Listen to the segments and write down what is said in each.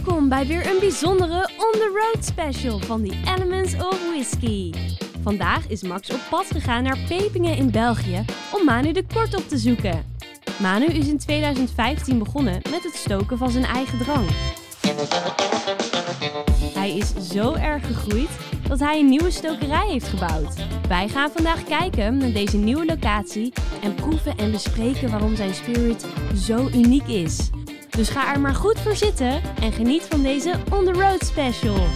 Welkom bij weer een bijzondere On The Road special van The Elements of Whisky. Vandaag is Max op pad gegaan naar Pepingen in België om Manu de Kort op te zoeken. Manu is in 2015 begonnen met het stoken van zijn eigen drank. Hij is zo erg gegroeid dat hij een nieuwe stokerij heeft gebouwd. Wij gaan vandaag kijken naar deze nieuwe locatie en proeven en bespreken waarom zijn spirit zo uniek is. Dus ga er maar goed voor zitten en geniet van deze On The Road special.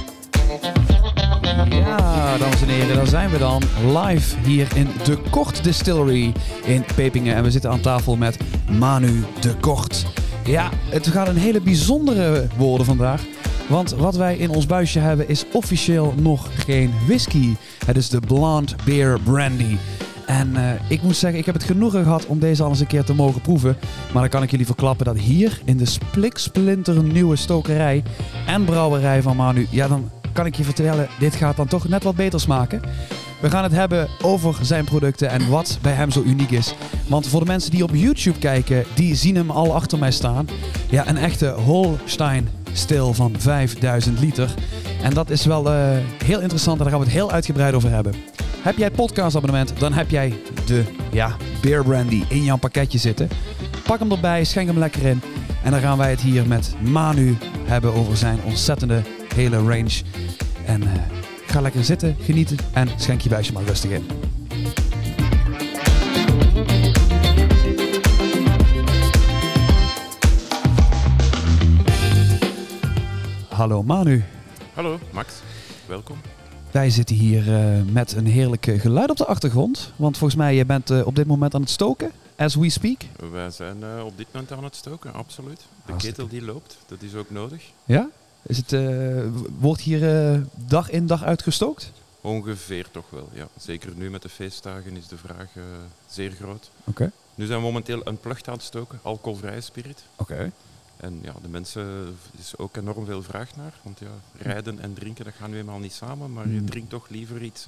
Ja, dames en heren, daar zijn we dan live hier in de Kort Distillery in Pepingen. En we zitten aan tafel met Manu de Kort. Ja, het gaat een hele bijzondere worden vandaag. Want wat wij in ons buisje hebben is officieel nog geen whisky. Het is de Blonde Beer Brandy. En ik moet zeggen, ik heb het genoegen gehad om deze al eens een keer te mogen proeven. Maar dan kan ik jullie verklappen dat hier in de spliksplinternieuwe stokerij en brouwerij van Manu, ja, dan kan ik je vertellen, dit gaat dan toch net wat beter smaken. We gaan het hebben over zijn producten en wat bij hem zo uniek is. Want voor de mensen die op YouTube kijken, die zien hem al achter mij staan. Ja, een echte Holstein Stil van 5000 liter. En dat is wel heel interessant en daar gaan we het heel uitgebreid over hebben. Heb jij het podcastabonnement, dan heb jij de Beer Brandy in jouw pakketje zitten. Pak hem erbij, schenk hem lekker in. En dan gaan wij het hier met Manu hebben over zijn ontzettende hele range. En ga lekker zitten, genieten en schenk je buisje maar rustig in. Hallo Manu. Hallo Max, welkom. Wij zitten hier met een heerlijk geluid op de achtergrond. Want volgens mij, je bent op dit moment aan het stoken, as we speak. Wij zijn op dit moment aan het stoken, absoluut. De ketel die loopt, dat is ook nodig. Ja? Is het, wordt hier dag in dag uit gestookt? Ongeveer toch wel, ja. Zeker nu met de feestdagen is de vraag zeer groot. Oké. Nu zijn we momenteel een plucht aan het stoken, alcoholvrije spirit. Oké. En ja, de mensen, er is ook enorm veel vraag naar. Want ja, rijden en drinken, dat gaan nu eenmaal niet samen. Maar je drinkt toch liever iets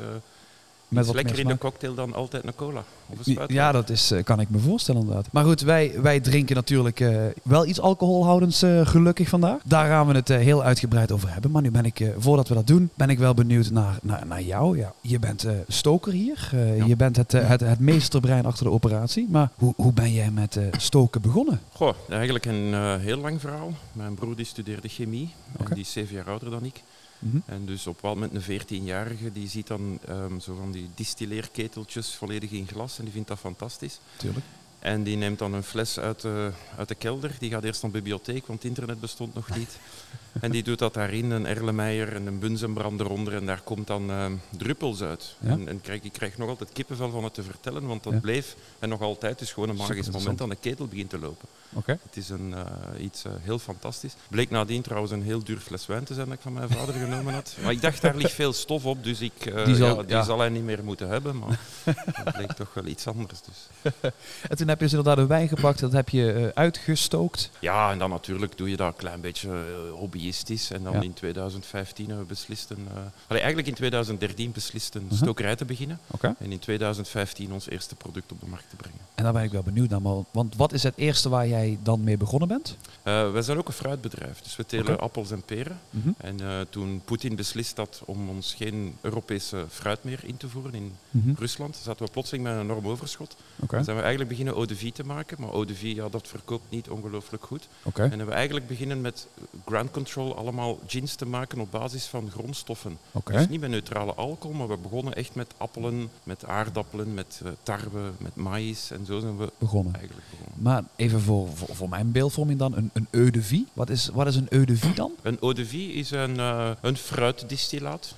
lekker in de cocktail dan altijd een cola of een spuit. Ja, dat is, kan ik me voorstellen inderdaad. Maar goed, wij drinken natuurlijk wel iets alcoholhoudends gelukkig vandaag. Daar gaan we het heel uitgebreid over hebben. Maar nu ben ik, voordat we dat doen, ben ik wel benieuwd naar jou. Ja, je bent stoker hier. Ja. Je bent het meesterbrein achter de operatie. Maar hoe ben jij met stoken begonnen? Goh, eigenlijk een heel lang verhaal. Mijn broer die studeerde chemie. Okay. En die is 7 jaar ouder dan ik. Mm-hmm. En dus op een moment een 14-jarige die ziet dan zo van die distilleerketeltjes volledig in glas en die vindt dat fantastisch. Tuurlijk. En die neemt dan een fles uit de kelder. Die gaat eerst naar de bibliotheek, want internet bestond nog niet. En die doet dat daarin, een Erlenmeyer en een Bunzenbrand eronder. En daar komt dan druppels uit. Ja? En ik krijg nog altijd kippenvel van het te vertellen, want dat bleef en nog altijd is gewoon een magisch moment dat een ketel begint te lopen. Okay. Het is iets heel fantastisch. Bleek nadien trouwens een heel duur fles wijn te zijn dat ik van mijn vader genomen had. Maar ik dacht, daar ligt veel stof op, dus die zal hij niet meer moeten hebben. Maar dat bleek toch wel iets anders. Dus. En toen heb je dus inderdaad een wijn gepakt, dat heb je uitgestookt. Ja, en dan natuurlijk doe je dat een klein beetje hobbyistisch. En dan in 2015 hebben we beslist eigenlijk in 2013 beslist een stokerij te beginnen. Okay. En in 2015 ons eerste product op de markt te brengen. En daar ben ik wel benieuwd naar, want wat is het eerste waar jij dan mee begonnen bent? Wij zijn ook een fruitbedrijf, dus we telen appels en peren. Mm-hmm. En toen Poetin beslist had om ons geen Europese fruit meer in te voeren in Rusland, zaten we plotseling met een enorm overschot. Okay. Dan zijn we eigenlijk beginnen eau de vie te maken, maar eau de vie, dat verkoopt niet ongelooflijk goed. Okay. En hebben we eigenlijk beginnen met ground control allemaal gins te maken op basis van grondstoffen. Okay. Dus niet met neutrale alcohol, maar we begonnen echt met appelen, met aardappelen, met tarwe, met maïs en zo zijn we begonnen. eigenlijk begonnen. Maar even voor mijn beeldvorming dan, een eau de vie. Wat is een eau de vie dan? Een eau de vie is een fruitdistillaat.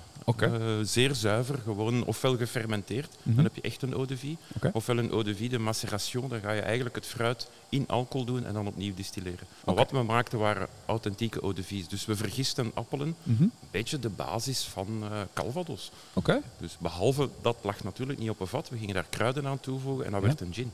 Zeer zuiver, gewoon ofwel gefermenteerd, dan heb je echt een eau de vie. Ofwel een eau de vie de maceration, dan ga je eigenlijk het fruit in alcohol doen en dan opnieuw distilleren. Maar wat we maakten waren authentieke eau de vies. Dus we vergisten appelen, een beetje de basis van Calvados. Dus behalve dat lag natuurlijk niet op een vat, we gingen daar kruiden aan toevoegen en dat werd een gin.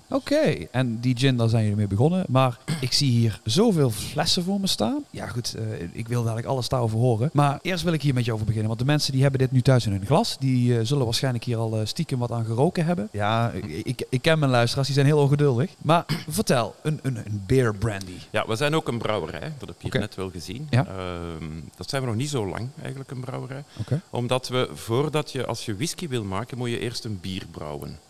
En die gin, daar zijn jullie mee begonnen. Maar ik zie hier zoveel flessen voor me staan. Ja goed, ik wil dadelijk alles daarover horen. Maar eerst wil ik hier met je over beginnen, want de mensen die hebben hebben dit nu thuis in hun glas. Die zullen waarschijnlijk hier al stiekem wat aan geroken hebben. Ja, ik ken mijn luisteraars, die zijn heel ongeduldig. Maar vertel, een beer brandy. Ja, we zijn ook een brouwerij. Dat heb je hier net wel gezien. Ja. Dat zijn we nog niet zo lang, eigenlijk, een brouwerij. Okay. Omdat als je whisky wil maken, moet je eerst een bier brouwen.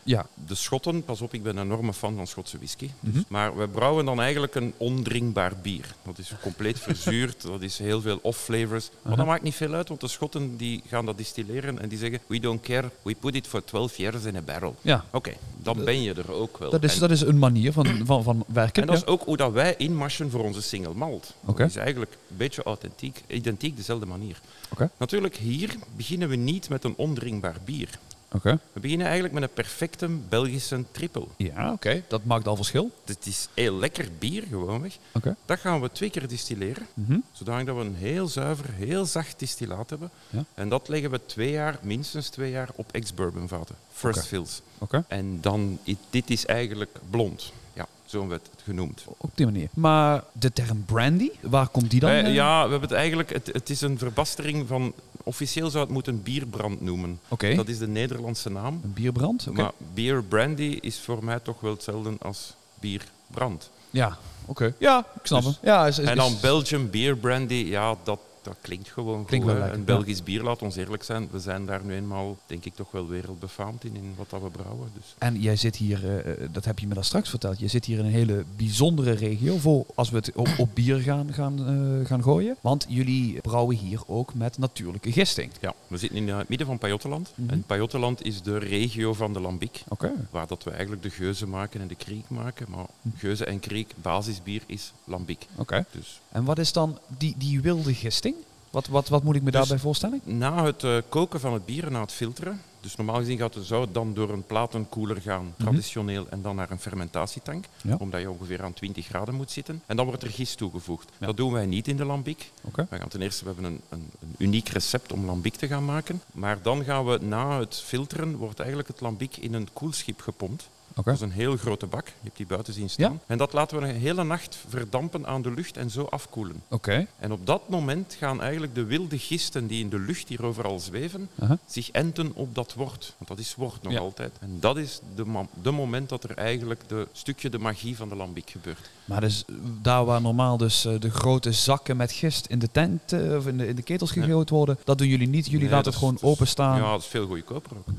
De Schotten, pas op, ik ben een enorme fan van Schotse whisky. Dus, maar we brouwen dan eigenlijk een ondrinkbaar bier. Dat is compleet verzuurd, dat is heel veel off-flavors. Maar dat maakt niet veel uit, want de Schotten die gaan dat distilleren en die zeggen, we don't care, we put it for 12 years in a barrel. Ja. Oké, dan ben je er ook wel. Dat is een manier van werken. En dat is ook hoe dat wij inmaschen voor onze single malt. Okay. Dat is eigenlijk een beetje authentiek, identiek dezelfde manier. Okay. Natuurlijk, hier beginnen we niet met een ondrinkbaar bier. Okay. We beginnen eigenlijk met een perfecte Belgische triple. Ja, oké. Dat maakt al verschil. Het is heel lekker bier, gewoonweg. Okay. Dat gaan we 2 keer distilleren, zodat we een heel zuiver, heel zacht distillaat hebben. Ja. En dat leggen we minstens 2 jaar op ex-bourbon vaten. First fills. Okay. En dan, dit is eigenlijk blond. Ja, zo werd het genoemd. Op die manier. Maar de term brandy, waar komt die dan? Ja, we hebben het eigenlijk... Het is een verbastering van... Officieel zou het moeten bierbrand noemen. Okay. Dat is de Nederlandse naam. Een bierbrand? Okay. Maar beer brandy is voor mij toch wel hetzelfde als bierbrand. Ja, oké. Ja, ik snap hem. Ja, en dan Belgium beer brandy, ja, dat klinkt gewoon goed. Een Belgisch bier, laat ons eerlijk zijn. We zijn daar nu eenmaal, denk ik, toch wel wereldbefaamd in wat dat we brouwen. Dus. En jij zit hier, dat heb je me daar straks verteld, je zit hier in een hele bijzondere regio voor als we het op bier gaan gooien. Want jullie brouwen hier ook met natuurlijke gisting. Ja, we zitten in het midden van Pajottenland. En Pajottenland is de regio van de lambic. Okay. Waar dat we eigenlijk de geuze maken en de kriek maken. Maar geuze en kriek, basisbier is lambic. Okay. Dus. En wat is dan die wilde gisting? Wat moet ik me daarbij voorstellen? Na het koken van het bier en na het filteren, dus normaal gezien zou het dan door een platenkoeler gaan, traditioneel, en dan naar een fermentatietank, omdat je ongeveer aan 20 graden moet zitten. En dan wordt er gist toegevoegd. Ja. Dat doen wij niet in de lambic. Okay. We hebben een uniek recept om lambic te gaan maken. Maar dan gaan we na het filteren, wordt eigenlijk het lambic in een koelschip gepompt. Okay. Dat is een heel grote bak. Je hebt die buiten zien staan. Ja. En dat laten we een hele nacht verdampen aan de lucht en zo afkoelen. Okay. En op dat moment gaan eigenlijk de wilde gisten die in de lucht hier overal zweven, zich enten op dat wort. Want dat is wort nog altijd. En dat is de moment dat er eigenlijk de magie van de lambic gebeurt. Maar dus daar waar normaal dus de grote zakken met gist in de tent of in de ketels gegooid worden, dat doen jullie niet. Jullie laten het gewoon openstaan. Ja, dat is veel goedkoper ook.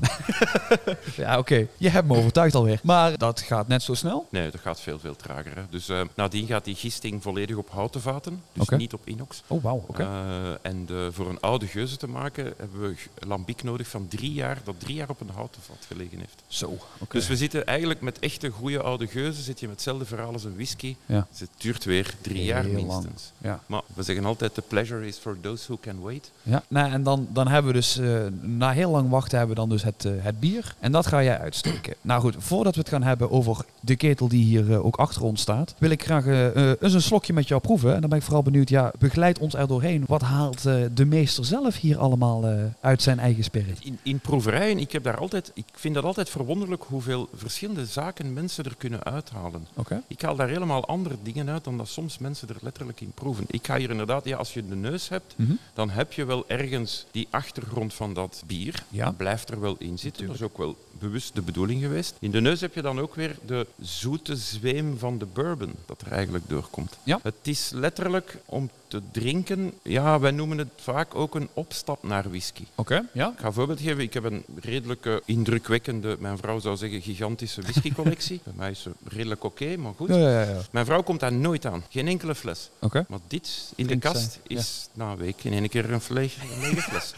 Ja, oké. Je hebt me overtuigd alweer. Maar dat gaat net zo snel? Nee, dat gaat veel, veel trager. Hè. Dus nadien gaat die gisting volledig op houten vaten. Dus niet op inox. Oh, wauw. Okay. En voor een oude geuze te maken hebben we lambic nodig van 3 jaar, dat 3 jaar op een houten vat gelegen heeft. Zo, okay. Dus we zitten eigenlijk met echte goede oude geuzen, zit je met hetzelfde verhaal als een whisky. Ja. Dus het duurt weer 3 jaar minstens. Ja. Maar we zeggen altijd, the pleasure is for those who can wait. Ja, nou, en dan hebben we dus, na heel lang wachten, hebben we dan dus het bier. En dat ga jij uitsteken. Nou goed, voordat we het gaan hebben over de ketel die hier ook achter ons staat, wil ik graag eens een slokje met jou proeven. En dan ben ik vooral benieuwd, begeleid ons er doorheen. Wat haalt de meester zelf hier allemaal uit zijn eigen spirit? In proeverijen, ik vind dat altijd verwonderlijk hoeveel verschillende zaken mensen er kunnen uithalen. Okay. Ik haal daar helemaal andere dingen uit dan dat soms mensen er letterlijk in proeven. Ik ga hier inderdaad, als je de neus hebt, dan heb je wel ergens die achtergrond van dat bier. Ja. Dat blijft er wel in zitten. Dat is ook wel bewust de bedoeling geweest. In de neus heb je dan ook weer de zoete zweem van de bourbon dat er eigenlijk doorkomt. Ja. Het is letterlijk om te drinken, wij noemen het vaak ook een opstap naar whisky. Okay, ja. Ik ga een voorbeeld geven. Ik heb een redelijke, indrukwekkende, mijn vrouw zou zeggen gigantische whiskycollectie. Bij mij is ze redelijk oké, maar goed. Ja. Mijn vrouw komt daar nooit aan. Geen enkele fles. Okay. Maar dit in de kast is na een week in één keer een lege fles.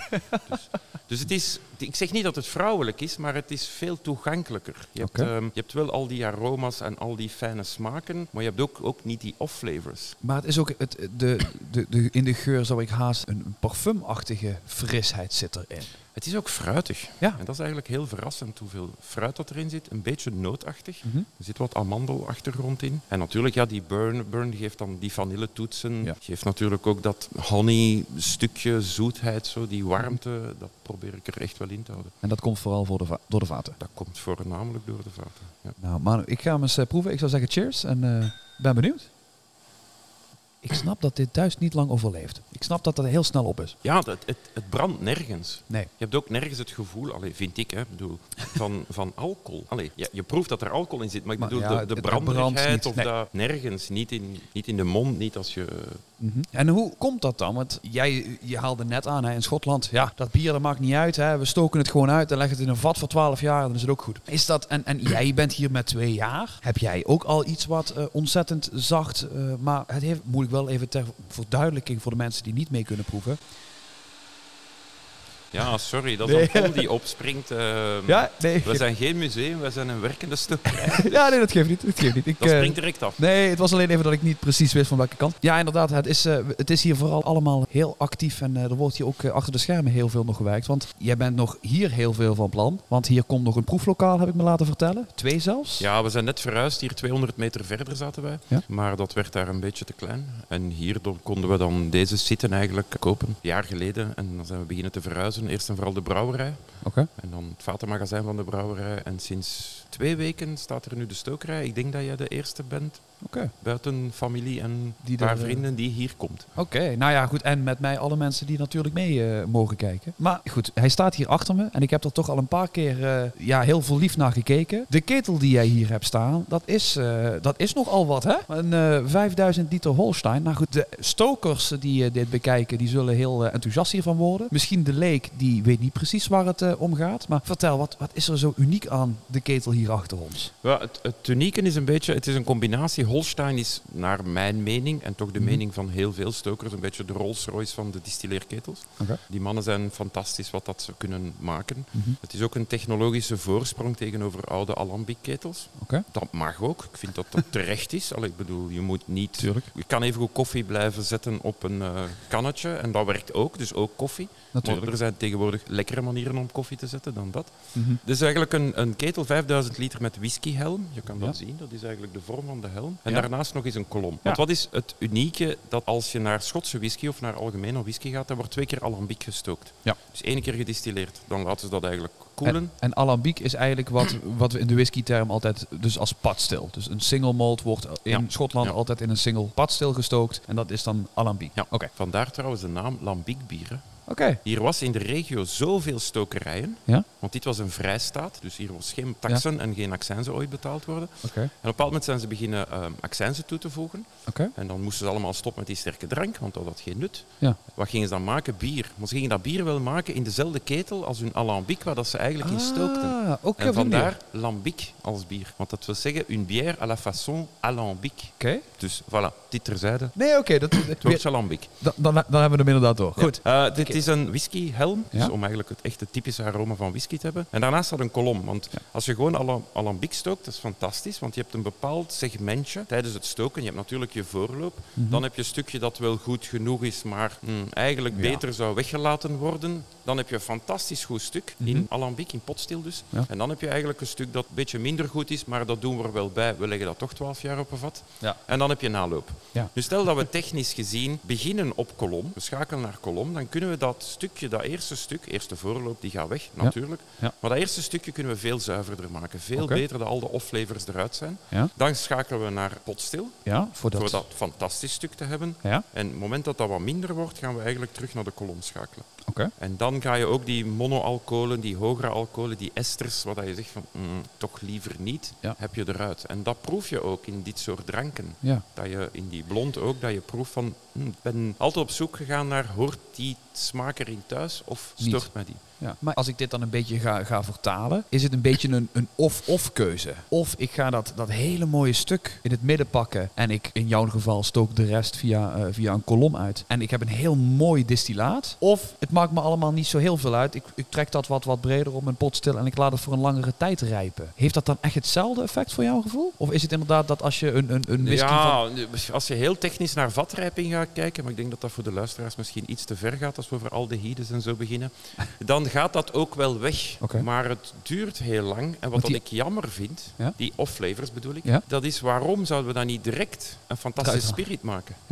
Dus het is, ik zeg niet dat het vrouwelijk is, maar het is veel toegankelijker. Je hebt wel al die aroma's en al die fijne smaken, maar je hebt ook niet die off-flavors. Maar het is ook, in de geur zou ik haast een parfumachtige frisheid zit erin. Het is ook fruitig. Ja. En dat is eigenlijk heel verrassend hoeveel fruit dat erin zit. Een beetje nootachtig. Er zit wat amandelachtergrond in. En natuurlijk, die burn geeft dan die vanilletoetsen. Ja. Geeft natuurlijk ook dat honey stukje zoetheid, zo, die warmte. Dat probeer ik er echt wel in te houden. En dat komt vooral door de vaten? Dat komt voornamelijk door de vaten. Ja. Nou, Manu, ik ga hem eens proeven. Ik zou zeggen cheers en ben benieuwd. Ik snap dat dit thuis niet lang overleeft. Ik snap dat dat heel snel op is. Ja, het brandt nergens. Nee. Je hebt ook nergens het gevoel, vind ik, van alcohol. Je proeft dat er alcohol in zit, maar ik bedoel de branderigheid of dat nergens. Niet in de mond, niet als je... Mm-hmm. En hoe komt dat dan? Want je haalde net aan in Schotland. Ja, dat bier dat maakt niet uit. Hè. We stoken het gewoon uit en leggen het in een vat voor 12 jaar. Dan is het ook goed. Is dat, en jij bent hier met 2 jaar. Heb jij ook al iets wat ontzettend zacht... maar het heeft, moet ik wel even ter verduidelijking voor de mensen die niet mee kunnen proeven. Ja, sorry, dat is een pol die opspringt. We zijn geen museum, we zijn een werkende stokerij. Ja, nee, dat geeft niet. Dat springt direct af. Nee, het was alleen even dat ik niet precies wist van welke kant. Ja, inderdaad, het is hier vooral allemaal heel actief en er wordt hier ook achter de schermen heel veel nog gewerkt. Want jij bent nog hier heel veel van plan. Want hier komt nog een proeflokaal, heb ik me laten vertellen. 2 zelfs. Ja, we zijn net verhuisd. Hier 200 meter verder zaten wij. Ja? Maar dat werd daar een beetje te klein. En hier konden we dan deze zitten eigenlijk kopen. Een jaar geleden. En dan zijn we beginnen te verhuizen. Eerst en vooral de brouwerij. Okay. En dan het vatenmagazijn van de brouwerij. En sinds 2 weken staat er nu de stokerij. Ik denk dat jij de eerste bent. Okay. Buiten familie en een paar vrienden die hier komt. Oké, nou ja, goed. En met mij alle mensen die natuurlijk mee mogen kijken. Maar goed, hij staat hier achter me. En ik heb er toch al een paar keer heel verliefd naar gekeken. De ketel die jij hier hebt staan, dat is nogal wat, hè? Een 5000 liter Holstein. Nou goed, de stokers die dit bekijken, die zullen heel enthousiast hiervan worden. Misschien de leek, die weet niet precies waar het om gaat. Maar vertel, wat is er zo uniek aan de ketel hier achter ons? Ja, het unieke is een beetje, het is een combinatie. Holstein is naar mijn mening, en toch de mening van heel veel stokers, een beetje de Rolls-Royce van de distilleerketels. Okay. Die mannen zijn fantastisch wat dat ze kunnen maken. Mm-hmm. Het is ook een technologische voorsprong tegenover oude alambic-ketels. Okay. Dat mag ook. Ik vind dat dat terecht is. Ik bedoel, je moet niet... Tuurlijk. Je kan even goed koffie blijven zetten op een kannetje en dat werkt ook, dus ook koffie. Natuurlijk. Maar er zijn tegenwoordig lekkere manieren om koffie te zetten dan dat. Mm-hmm. Dus eigenlijk een ketel 5000 liter met whiskyhelm. Je kan dat zien, dat is eigenlijk de vorm van de helm. En daarnaast nog eens een kolom. Ja. Want wat is het unieke? Dat als je naar Schotse whisky of naar algemene whisky gaat, dan wordt 2 keer alambic gestookt. Ja. Dus 1 keer gedistilleerd. Dan laten ze dat eigenlijk koelen. En alambic is eigenlijk wat we in de whisky-term altijd dus als padstil. Dus een single malt wordt in Schotland altijd in een single padstil gestookt. En dat is dan alambic. Ja. Okay. Vandaar trouwens de naam lambic bieren. Okay. Hier was in de regio zoveel stokerijen, want dit was een vrijstaat, dus hier was geen taxen en geen accijnzen ooit betaald worden. Okay. En op een bepaald moment zijn ze beginnen accijnzen toe te voegen. Okay. En dan moesten ze allemaal stoppen met die sterke drank, want dat had geen nut. Ja. Wat gingen ze dan maken? Bier. Maar ze gingen dat bier wel maken in dezelfde ketel als hun alambic, waar dat ze eigenlijk in stookten. Okay, en vandaar lambic als bier. Want dat wil zeggen, une bière à la façon alambic. Okay. Dus voilà, dit terzijde. Nee, oké. Het wordt alambic. Dan hebben we hem inderdaad door. Ja. Goed. Dit is een whiskyhelm, dus om eigenlijk het echte typische aroma van whisky te hebben. En daarnaast staat een kolom, want als je gewoon alambic stookt, dat is fantastisch, want je hebt een bepaald segmentje tijdens het stoken. Je hebt natuurlijk je voorloop. Mm-hmm. Dan heb je een stukje dat wel goed genoeg is, maar eigenlijk beter zou weggelaten worden. Dan heb je een fantastisch goed stuk in alambic, in potstil dus. Ja. En dan heb je eigenlijk een stuk dat een beetje minder goed is, maar dat doen we er wel bij. We leggen dat toch 12 jaar op een vat. Ja. En dan heb je naloop. Ja. Dus stel dat we technisch gezien beginnen op kolom, we schakelen naar kolom, dan kunnen we dat stukje, dat eerste voorloop, die gaat weg, natuurlijk. Ja. Maar dat eerste stukje kunnen we veel zuiverder maken. Veel beter dat al de off-flavors eruit zijn. Ja. Dan schakelen we naar potstil, voor dat fantastisch stuk te hebben. Ja. En op het moment dat dat wat minder wordt, gaan we eigenlijk terug naar de kolom schakelen. Okay. En dan ga je ook die monoalcoholen, die hogere alcoholen, die esters, wat je zegt van toch liever niet, heb je eruit. En dat proef je ook in dit soort dranken. Ja. Dat je in die blond ook, dat je proeft van, ik ben altijd op zoek gegaan naar, hoort die smaak erin thuis of stort mij die? Ja. Maar als ik dit dan een beetje ga vertalen, is het een beetje een of-of keuze. Of ik ga dat hele mooie stuk in het midden pakken en ik in jouw geval stook de rest via een kolom uit. En ik heb een heel mooi distillaat. Of het maakt me allemaal niet zo heel veel uit. Ik trek dat wat breder op mijn pot stil en ik laat het voor een langere tijd rijpen. Heeft dat dan echt hetzelfde effect voor jouw gevoel? Of is het inderdaad dat als je een whisky als je heel technisch naar vatrijping gaat kijken, maar ik denk dat dat voor de luisteraars misschien iets te ver gaat als we over aldehydes en zo beginnen, dan gaat dat ook wel weg. Okay. Maar het duurt heel lang. En wat ik jammer vind, die off-flavors bedoel ik, dat is waarom zouden we dan niet direct een fantastische spirit maken? Ja.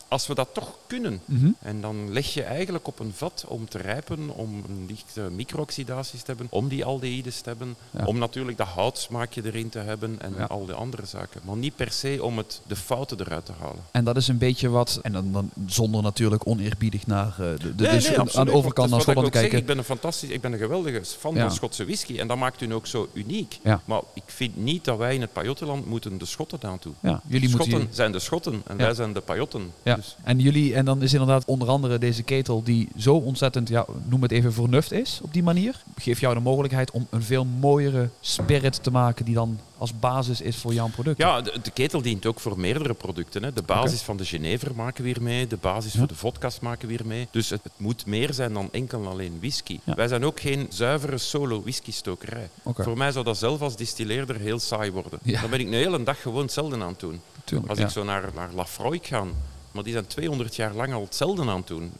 als we dat toch kunnen, en dan leg je eigenlijk op een vat om te rijpen, om een lichte micro-oxidaties te hebben, om die aldehydes te hebben, om natuurlijk dat houtsmaakje erin te hebben en al die andere zaken. Maar niet per se om de fouten eruit te halen. En dat is een beetje wat, en dan zonder natuurlijk oneerbiedig naar aan de overkant naar Schotland te kijken. Ik ben een geweldige fan van Schotse whisky en dat maakt u ook zo uniek. Ja. Maar ik vind niet dat wij in het Pajottenland moeten de Schotten naartoe. Ja. De Schotten zijn de Schotten en wij zijn de Pajotten. Ja. Dus. En dan is inderdaad onder andere deze ketel die zo ontzettend, noem het even, vernuft is op die manier. Geeft jou de mogelijkheid om een veel mooiere spirit te maken die dan als basis is voor jouw product. Ja, de ketel dient ook voor meerdere producten. Hè. De basis van de Genever maken we hier mee, de basis voor de vodka's maken we hier mee. Dus het moet meer zijn dan enkel alleen whisky. Ja. Wij zijn ook geen zuivere solo whisky-stokerij. Voor mij zou dat zelf als distilleerder heel saai worden. Ja. Dan ben ik een hele dag gewoon hetzelfde aan het doen. Tuurlijk, als ik zo naar Lafroig ga, maar die zijn 200 jaar lang al hetzelfde aan het doen.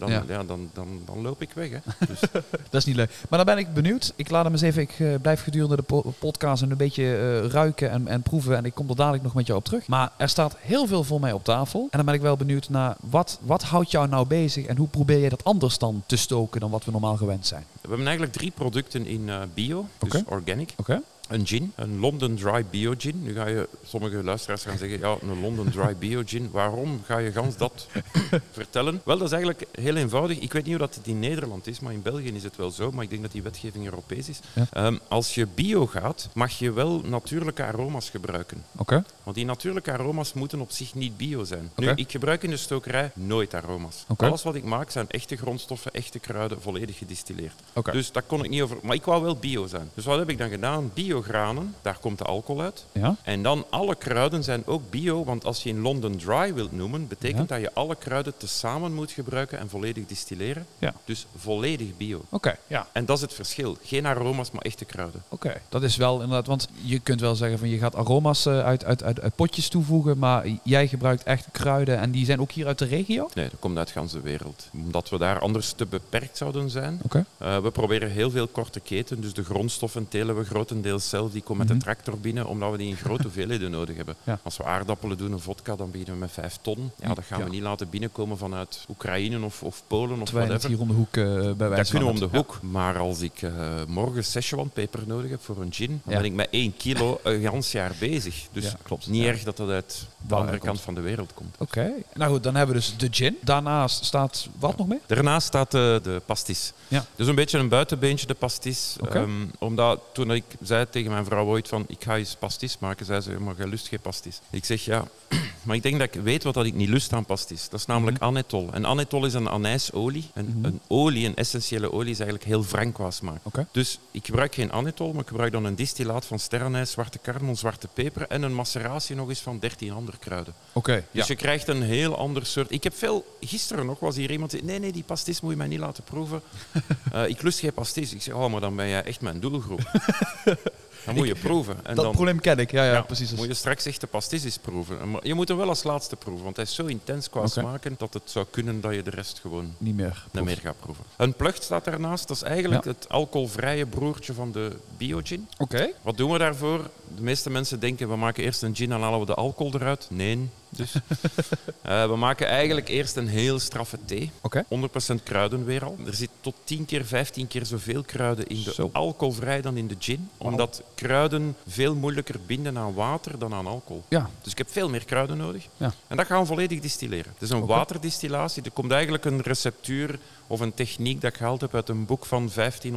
Dan loop ik weg. Hè. Dus. Dat is niet leuk. Maar dan ben ik benieuwd. Ik laat hem eens even. Ik blijf gedurende de podcast een beetje ruiken en proeven. En ik kom er dadelijk nog met jou op terug. Maar er staat heel veel voor mij op tafel. En dan ben ik wel benieuwd naar wat houdt jou nou bezig? En hoe probeer je dat anders dan te stoken dan wat we normaal gewend zijn? We hebben eigenlijk 3 producten in bio. Dus organic. Een gin, een London Dry Bio Gin. Nu ga je sommige luisteraars gaan zeggen, een London Dry Bio Gin. Waarom ga je gans dat vertellen? Wel, dat is eigenlijk heel eenvoudig. Ik weet niet hoe dat het in Nederland is, maar in België is het wel zo. Maar ik denk dat die wetgeving Europees is. Ja. Als je bio gaat, mag je wel natuurlijke aroma's gebruiken. Want die natuurlijke aroma's moeten op zich niet bio zijn. Nu, ik gebruik in de stokerij nooit aroma's. Alles wat ik maak zijn echte grondstoffen, echte kruiden, volledig gedistilleerd. Dus dat kon ik niet over. Maar ik wou wel bio zijn. Dus wat heb ik dan gedaan? Biogranen, daar komt de alcohol uit. Ja? En dan alle kruiden zijn ook bio, want als je in London Dry wilt noemen, betekent dat je alle kruiden tezamen moet gebruiken en volledig distilleren. Ja. Dus volledig bio. En dat is het verschil. Geen aroma's, maar echte kruiden. Dat is wel inderdaad, want je kunt wel zeggen van je gaat aroma's uit potjes toevoegen, maar jij gebruikt echt kruiden en die zijn ook hier uit de regio? Nee, dat komt uit de hele wereld. Omdat we daar anders te beperkt zouden zijn. We proberen heel veel korte keten, dus de grondstoffen telen we grotendeels zelf, die komen met de tractor binnen, omdat we die in grote hoeveelheden nodig hebben. Ja. Als we aardappelen doen, een vodka, dan beginnen we met 5 ton. Ja, dat gaan we niet laten binnenkomen vanuit Oekraïne of Polen of whatever. Het hier om de hoek bij wijze van. Dat kunnen we om de hoek. Maar als ik morgen Szechuan-peper nodig heb voor een gin, dan ben ik met 1 kilo een gans jaar bezig. Dus klopt. Niet erg dat uit de andere kant van de wereld komt. Nou goed, dan hebben we dus de gin. Daarnaast staat wat nog meer? Daarnaast staat de pastis. Ja. Dus een beetje een buitenbeentje, de pastis. Omdat toen ik zei tegen mijn vrouw ooit van, ik ga eens pastis maken, zei ze, maar jij lust geen pastis. Ik zeg, ja, maar ik denk dat ik weet wat ik niet lust aan pastis. Dat is namelijk anethol. En anethol is een anijsolie. Een olie, een essentiële olie, is eigenlijk heel wrang qua smaak. Dus ik gebruik geen anethol, maar ik gebruik dan een distillaat van sterrenijs, zwarte kardemom, zwarte peper en een maceratie nog eens van 13 andere kruiden. Dus je krijgt een heel ander soort. Ik heb gisteren nog was hier iemand die zei, nee, die pastis moet je mij niet laten proeven. Ik lust geen pastis. Ik zeg, maar dan ben jij echt mijn doelgroep. Dan moet je proeven. En dat probleem ken ik, ja, precies. Moet je straks echt de pastis eens proeven. Maar je moet hem wel als laatste proeven, want hij is zo intens qua smaken dat het zou kunnen dat je de rest gewoon niet meer gaat proeven. Een plucht staat daarnaast, dat is eigenlijk het alcoholvrije broertje van de bio-gin. Wat doen we daarvoor? De meeste mensen denken, we maken eerst een gin en halen we de alcohol eruit. Nee. Dus. We maken eigenlijk eerst een heel straffe thee. 100% kruiden weer al. Er zit tot 10 keer, 15 keer zoveel kruiden in de alcoholvrij dan in de gin. Omdat kruiden veel moeilijker binden aan water dan aan alcohol. Dus ik heb veel meer kruiden nodig. En dat gaan we volledig distilleren. Het is een waterdistillatie. Er komt eigenlijk een receptuur of een techniek dat ik gehaald heb uit een boek van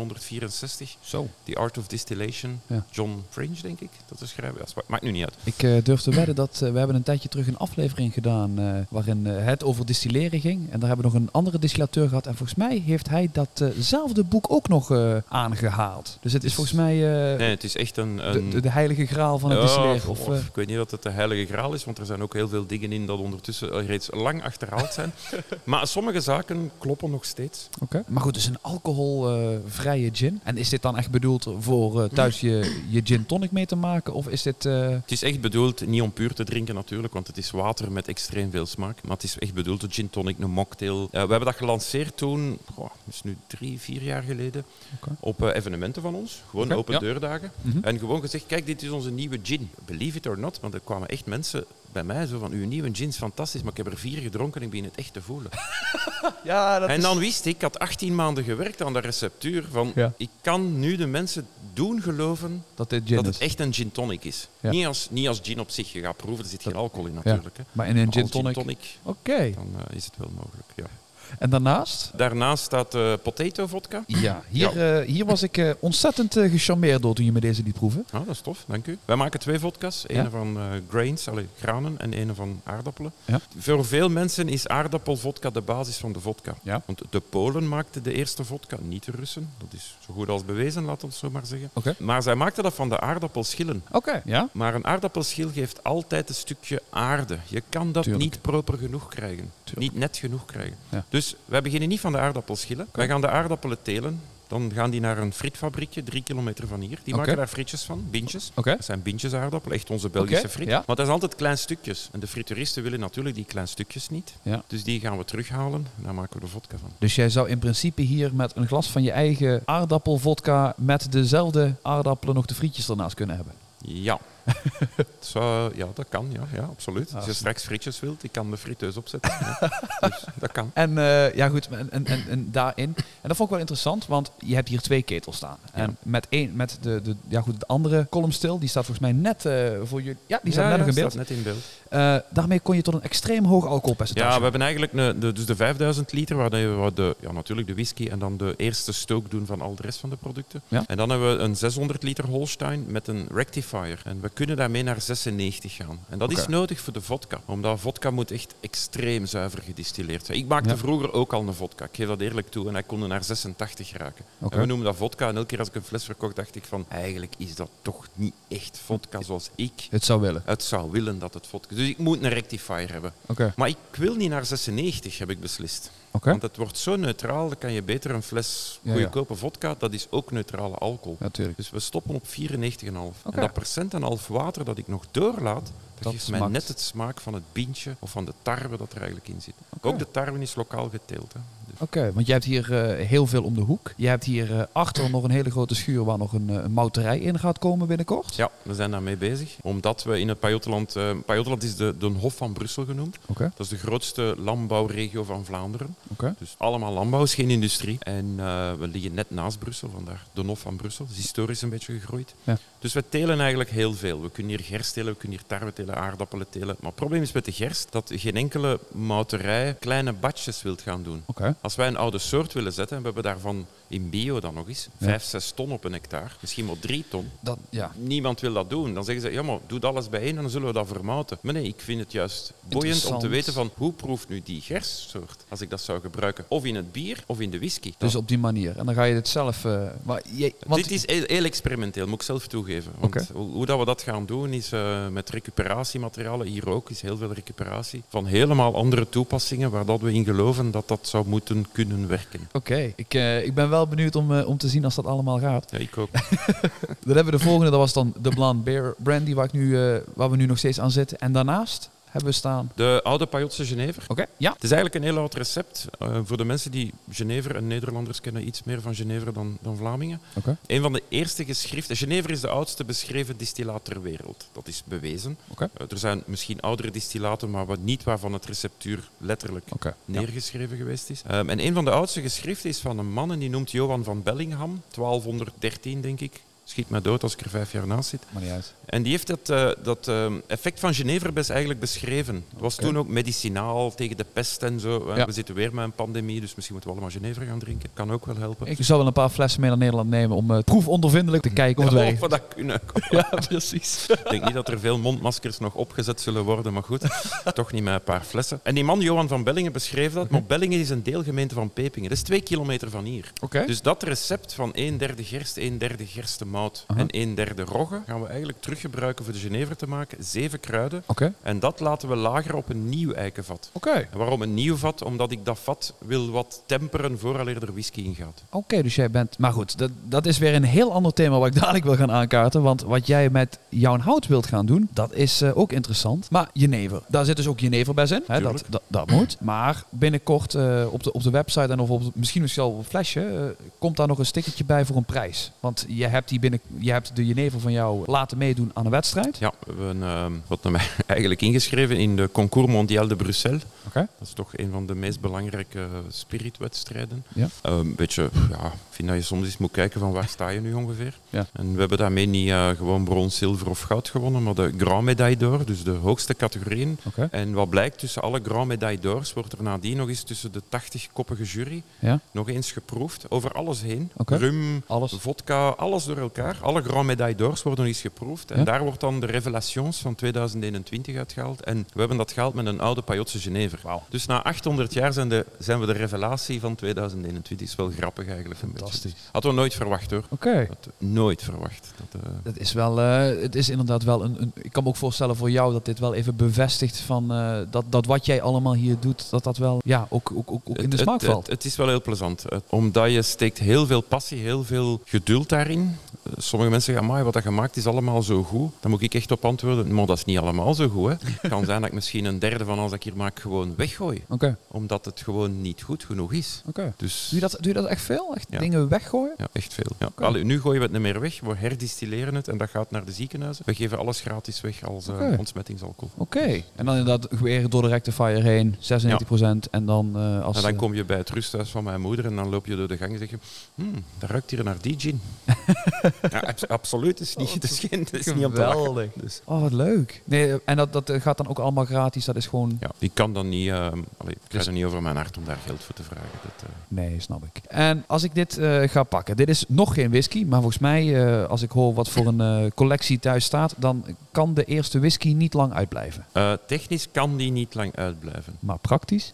1564. The Art of Distillation. John Fringe, denk ik, dat is schrijven. Maakt nu niet uit. Ik durf te wedden dat we hebben een tijdje terug een aflevering gedaan waarin het over distilleren ging. En daar hebben we nog een andere distillateur gehad. En volgens mij heeft hij datzelfde boek ook nog aangehaald. Dus het is volgens mij nee, het is echt de heilige graal van het distilleren. Ik weet niet dat het de heilige graal is, want er zijn ook heel veel dingen in dat ondertussen reeds lang achterhaald zijn. Maar sommige zaken kloppen nog steeds. Maar goed, dus een alcoholvrije gin. En is dit dan echt bedoeld voor thuis je gin tonic mee te maken? maken? Of is dit... Het is echt bedoeld, niet om puur te drinken natuurlijk, want het is water met extreem veel smaak. Maar het is echt bedoeld, een gin tonic, een mocktail. We hebben dat gelanceerd toen, dat is nu 3-4 jaar geleden, op evenementen van ons. Gewoon open deurdagen. Mm-hmm. En gewoon gezegd, kijk, dit is onze nieuwe gin. Believe it or not, want er kwamen echt mensen bij mij zo van, uw nieuwe gin is fantastisch, maar ik heb er 4 gedronken en ik begin het echt te voelen. En dan wist ik had 18 maanden gewerkt aan de receptuur van, ik kan nu de mensen doen geloven dat het echt een gin tonic is. Ja. Niet als gin op zich. Je gaat proeven, er zit geen alcohol in natuurlijk. Hè. Maar in een gin tonic? Dan is het wel mogelijk, ja. En daarnaast? Daarnaast staat potato vodka. Ja, hier was ik ontzettend gecharmeerd door toen je me deze liet proeven. Ah, dat is tof, dank u. Wij maken 2 vodka's. Ene van grains, granen, en ene van aardappelen. Ja. Voor veel mensen is aardappelvodka de basis van de vodka. Ja. Want de Polen maakten de eerste vodka, niet de Russen. Dat is zo goed als bewezen, laat ons zo maar zeggen. Okay. Maar zij maakten dat van de aardappelschillen. Ja. Maar een aardappelschil geeft altijd een stukje aarde. Je kan dat niet proper genoeg krijgen. Niet net genoeg krijgen. Ja. Dus wij beginnen niet van de aardappelschillen. Wij gaan de aardappelen telen. Dan gaan die naar een frietfabriekje, 3 kilometer van hier. Die maken daar frietjes van, bintjes. Dat zijn bintjesaardappelen, echt onze Belgische friet. Ja. Maar dat is altijd klein stukjes. En de frituuristen willen natuurlijk die klein stukjes niet. Ja. Dus die gaan we terughalen en daar maken we de vodka van. Dus jij zou in principe hier met een glas van je eigen aardappelvodka met dezelfde aardappelen nog de frietjes ernaast kunnen hebben? Ja. Dat kan, ja, absoluut. Als je straks frietjes wilt, ik kan de friteus opzetten. Dus dat kan. En goed, en daarin. En dat vond ik wel interessant, want je hebt hier 2 ketels staan. En met de andere column stil, die staat volgens mij net voor jullie. Ja, die staat net nog in beeld. Net in beeld. Daarmee kon je tot een extreem hoog alcoholpercentage. Ja, we hebben eigenlijk dus de 5000 liter, waar we natuurlijk de whisky en dan de eerste stook doen van al de rest van de producten. Ja. En dan hebben we een 600 liter Holstein met een rectifier. En we kunnen daarmee naar 96 gaan. En dat is nodig voor de vodka. Omdat vodka moet echt extreem zuiver gedistilleerd zijn. Ik maakte vroeger ook al een vodka. Ik geef dat eerlijk toe. En hij kon naar 86 raken. En we noemen dat vodka. En elke keer als ik een fles verkocht, dacht ik van, eigenlijk is dat toch niet echt vodka zoals ik het zou willen dat het vodka is. Dus ik moet een rectifier hebben. Maar ik wil niet naar 96, heb ik beslist. Want het wordt zo neutraal, dan kan je beter een fles goedkope vodka, dat is ook neutrale alcohol. Dus we stoppen op 94,5. En dat % en half water dat ik nog doorlaat, dat geeft mij net het smaak van het bintje of van de tarwe dat er eigenlijk in zit. Ook de tarwe is lokaal geteeld. Hè. Dus. Want je hebt hier heel veel om de hoek. Je hebt hier achter nog een hele grote schuur waar nog een mouterij in gaat komen binnenkort. Ja, we zijn daarmee bezig. Omdat we in het Pajottenland... Pajottenland is de Hof van Brussel genoemd. Dat is de grootste landbouwregio van Vlaanderen. Dus allemaal landbouw, is geen industrie. En we liggen net naast Brussel, vandaar de Hof van Brussel. Het is historisch een beetje gegroeid. Ja. Dus we telen eigenlijk heel veel. We kunnen hier gerst telen, we kunnen hier tarwe telen, aardappelen telen. Maar het probleem is met de gerst dat geen enkele mouterij kleine batches wilt gaan doen. Als wij een oude soort willen zetten, en we hebben daarvan in bio dan nog eens 5-6 ton op een hectare, misschien wel 3 ton. Niemand wil dat doen. Dan zeggen ze, maar doe alles bijeen en dan zullen we dat vermouten. Maar nee, ik vind het juist boeiend om te weten van hoe proeft nu die gerstsoort als ik dat zou gebruiken. Of in het bier of in de whisky. Dus op die manier. En dan ga je het zelf... Dit is heel experimenteel, moet ik zelf toegeven. Want hoe dat we dat gaan doen is met recuperatiematerialen. Hier ook is heel veel recuperatie. Van helemaal andere toepassingen waar dat we in geloven dat dat zou moeten kunnen werken. Ik ben wel benieuwd om te zien als dat allemaal gaat. Ja, ik ook. Dan hebben we de volgende, dat was dan de Blonde Bear Brandy waar we nu nog steeds aan zitten. En daarnaast hebben we staan... De oude Pajotse Genever. Ja. Het is eigenlijk een heel oud recept. Voor de mensen die Genever en Nederlanders kennen iets meer van Genever dan Vlamingen. Een van de eerste geschriften... Genever is de oudste beschreven distillaat ter wereld. Dat is bewezen. Er zijn misschien oudere distillaten, maar niet waarvan het receptuur letterlijk neergeschreven geweest is. En een van de oudste geschriften is van een man en die noemt Johan van Bellingham. 1213, denk ik. Schiet mij dood als ik er 5 jaar naast zit. Maar niet uit. En die heeft dat effect van Geneverbes eigenlijk beschreven. Het was toen ook medicinaal tegen de pest en zo. We zitten weer met een pandemie, dus misschien moeten we allemaal Genever gaan drinken. Kan ook wel helpen. Ik zou wel een paar flessen mee naar Nederland nemen om proefondervindelijk te kijken of het werkt. Of we dat kunnen. Ja, precies. Ik denk niet dat er veel mondmaskers nog opgezet zullen worden, maar goed. Toch niet met een paar flessen. En die man, Johan van Bellingen, beschreef dat. Maar Bellingen is een deelgemeente van Pepingen. Dat is 2 kilometer van hier. Dus dat recept van 1/3 gerst, 1/3 gerstemout mout en 1/3 rogge gaan we eigenlijk teruggebruiken voor de Genever te maken. 7 kruiden. Oké. En dat laten we lageren op een nieuw eikenvat. Oké. En waarom een nieuw vat? Omdat ik dat vat wil wat temperen vooraleer er whisky in gaat. Oké, dus jij bent... Maar goed, dat is weer een heel ander thema wat ik dadelijk wil gaan aankaarten. Want wat jij met jouw hout wilt gaan doen, dat is ook interessant. Maar jenever, daar zit dus ook jenever bij in. Hè, dat moet. Maar binnenkort op de website en of misschien wel op een flesje, komt daar nog een stickertje bij voor een prijs. Want je hebt de jenever van jou laten meedoen aan een wedstrijd. Ja, we hebben wat naar mij eigenlijk ingeschreven in de Concours Mondial de Bruxelles. Okay. Dat is toch een van de meest belangrijke spiritwedstrijden. Ja. Een beetje, ik vind dat je soms eens moet kijken van waar sta je nu ongeveer. Ja. En we hebben daarmee niet gewoon brons, zilver of goud gewonnen, maar de Grand Médaille d'Or, dus de hoogste categorieën. Okay. En wat blijkt, tussen alle Grand Médaille d'Ors wordt er nadien nog eens tussen de 80-koppige jury nog eens geproefd, over alles heen. Okay. Rum, alles. Vodka, alles door elkaar. Alle Grand Médaille d'Ors worden nog eens geproefd. En daar wordt dan de Revelations van 2021 uitgehaald. En we hebben dat gehaald met een oude Pajotse Genever. Wow. Dus na 800 jaar zijn we de revelatie van 2021. Dat is wel grappig eigenlijk. Fantastisch. Hadden we nooit verwacht hoor. Oké. Nooit verwacht. Dat is wel, het is inderdaad wel een... Ik kan me ook voorstellen voor jou dat dit wel even bevestigt van dat wat jij allemaal hier doet, dat wel ook in de smaak valt. Het is wel heel plezant. Omdat je steekt heel veel passie, heel veel geduld daarin. Sommige mensen zeggen, amai, wat dat gemaakt is allemaal zo goed. Dan moet ik echt op antwoorden, maar dat is niet allemaal zo goed. Hè. Het kan zijn dat ik misschien een derde van alles dat ik hier maak gewoon weggooi. Okay. Omdat het gewoon niet goed genoeg is. Okay. Dus... Doe je dat echt veel? Echt dingen weggooien? Ja, echt veel. Ja. Okay. Allee, nu gooien we het niet meer weg. We herdistilleren het en dat gaat naar de ziekenhuizen. We geven alles gratis weg als ontsmettingsalcohol. Oké. En dan inderdaad weer door de rectifier heen, 96%. En dan als... En dan kom je bij het rusthuis van mijn moeder en dan loop je door de gang en zeg je, dat ruikt hier naar die gin. Ja, absoluut. Het is niet om te lachen. Dus. Oh, wat leuk. Nee, en dat gaat dan ook allemaal gratis. Dat is gewoon... Ja, ik kan dan niet... ik krijg er niet over mijn hart om daar geld voor te vragen. Nee, snap ik. En als ik dit ga pakken. Dit is nog geen whisky. Maar volgens mij, als ik hoor wat voor een collectie thuis staat, dan kan de eerste whisky niet lang uitblijven. Technisch kan die niet lang uitblijven. Maar praktisch?